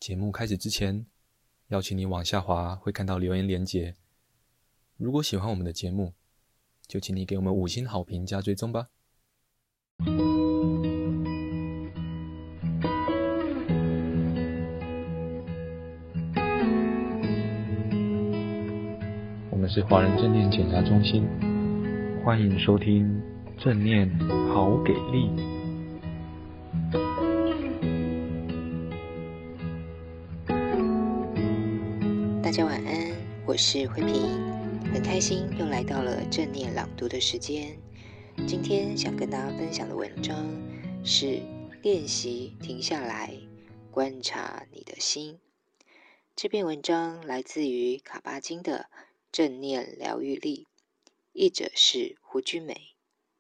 节目开始之前，邀请你往下滑，会看到留言连结。如果喜欢我们的节目，就请你给我们5星好评加追踪吧。我们是华人正念减压中心，欢迎收听正念好给力。 大家晚安，我是慧萍，很开心又来到了正念朗读的时间。今天想跟大家分享的文章是练习停下来，观察你的心。这篇文章来自于卡巴金的《正念疗愈力》，译者是胡君梅。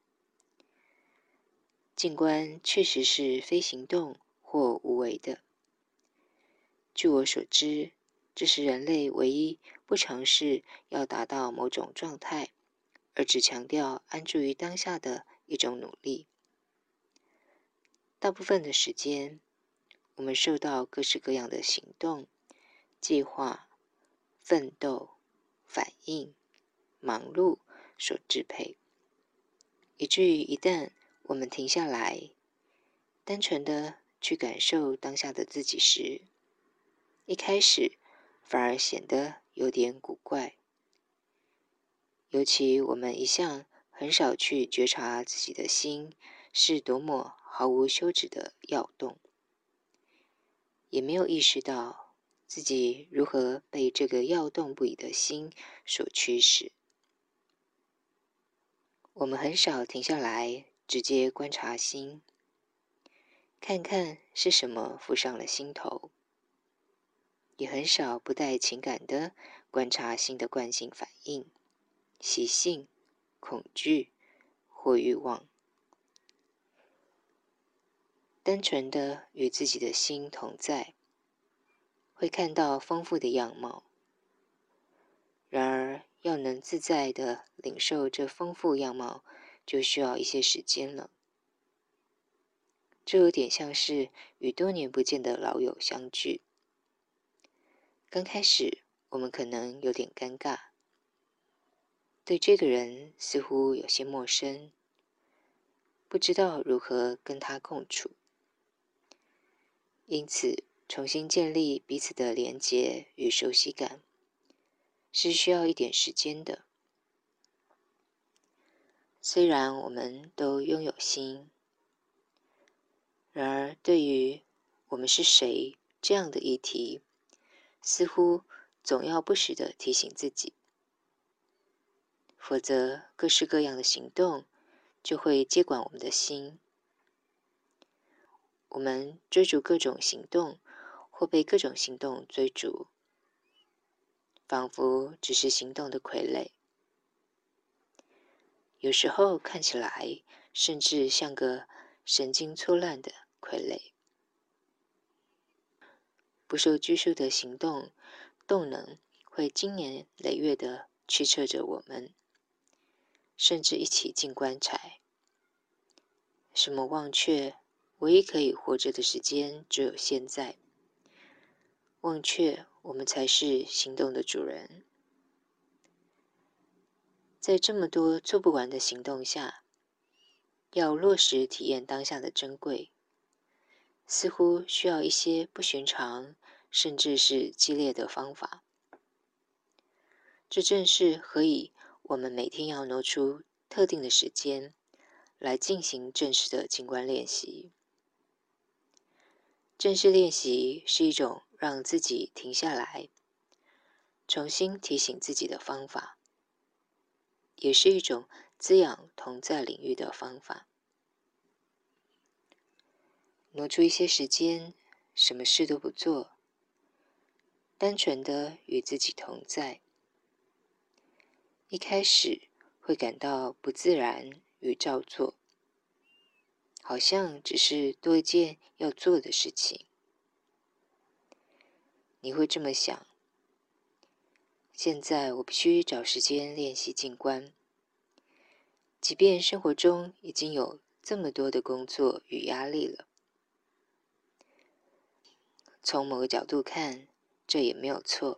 静观确实是非行动或无为的。据我所知，这是人类唯一不尝试要达到某种状态，而只强调安住于当下的一种努力。大部分的时间，我们受到各式各样的行动、计划、奋斗、反应、忙碌所支配，以至于一旦我们停下来，单纯的去感受当下的自己时，一开始反而显得有点古怪。尤其我们一向很少去觉察自己的心是多么毫无休止的跃动，也没有意识到自己如何被这个跃动不已的心所驱使。我们很少停下来直接观察心，看看是什么浮上了心头，也很少不带情感的观察心的惯性反应、习性、恐惧或欲望，单纯的与自己的心同在，会看到丰富的样貌。然而，要能自在地领受这丰富样貌，就需要一些时间了。这有点像是与多年不见的老友相聚。刚开始，我们可能有点尴尬，对这个人似乎有些陌生，不知道如何跟他共处。因此，重新建立彼此的连结与熟悉感，是需要一点时间的。虽然我们都拥有心，然而对于我们是谁这样的议题，似乎总要不时地提醒自己，否则各式各样的行动就会接管我们的心。我们追逐各种行动，或被各种行动追逐，仿佛只是行动的傀儡。有时候看起来甚至像个神经错乱的傀儡。不受拘束的行动动能会经年累月地驱策着我们，甚至一起进棺材。什么忘却唯一可以活着的时间只有现在，忘却我们才是行动的主人。在这么多做不完的行动下，要落实体验当下的珍贵，似乎需要一些不寻常甚至是激烈的方法。这正是何以我们每天要挪出特定的时间来进行正式的静观练习。正式练习是一种让自己停下来，重新提醒自己的方法，也是一种滋养同在领域的方法。挪出一些时间，什么事都不做，单纯的与自己同在。一开始会感到不自然与照做，好像只是多一件要做的事情。你会这么想，现在我必须找时间练习静观，即便生活中已经有这么多的工作与压力了。 从某个角度看，这也没有错。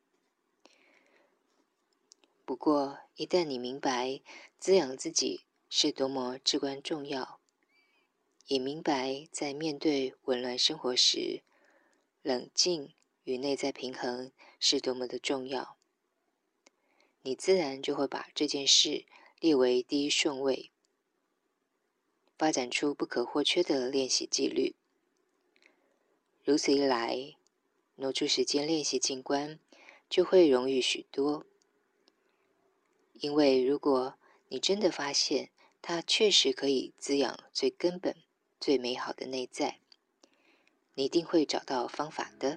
不过，一旦你明白滋养自己是多么至关重要，也明白在面对紊乱生活时，冷静与内在平衡是多么的重要，你自然就会把这件事列为第一顺位，发展出不可或缺的练习纪律。如此一来，挪出时间练习静观就会容易许多。因为如果你真的发现它确实可以滋养最根本、最美好的内在，你一定会找到方法的。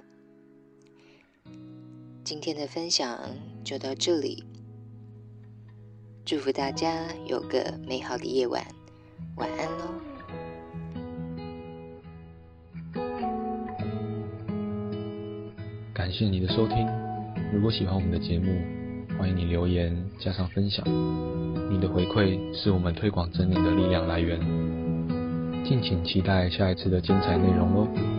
今天的分享就到这里，祝福大家有个美好的夜晚，晚安喽。 感谢你的收听，如果喜欢我们的节目，欢迎你留言加上分享，你的回馈是我们推广真理的力量来源。敬请期待下一次的精彩内容哦。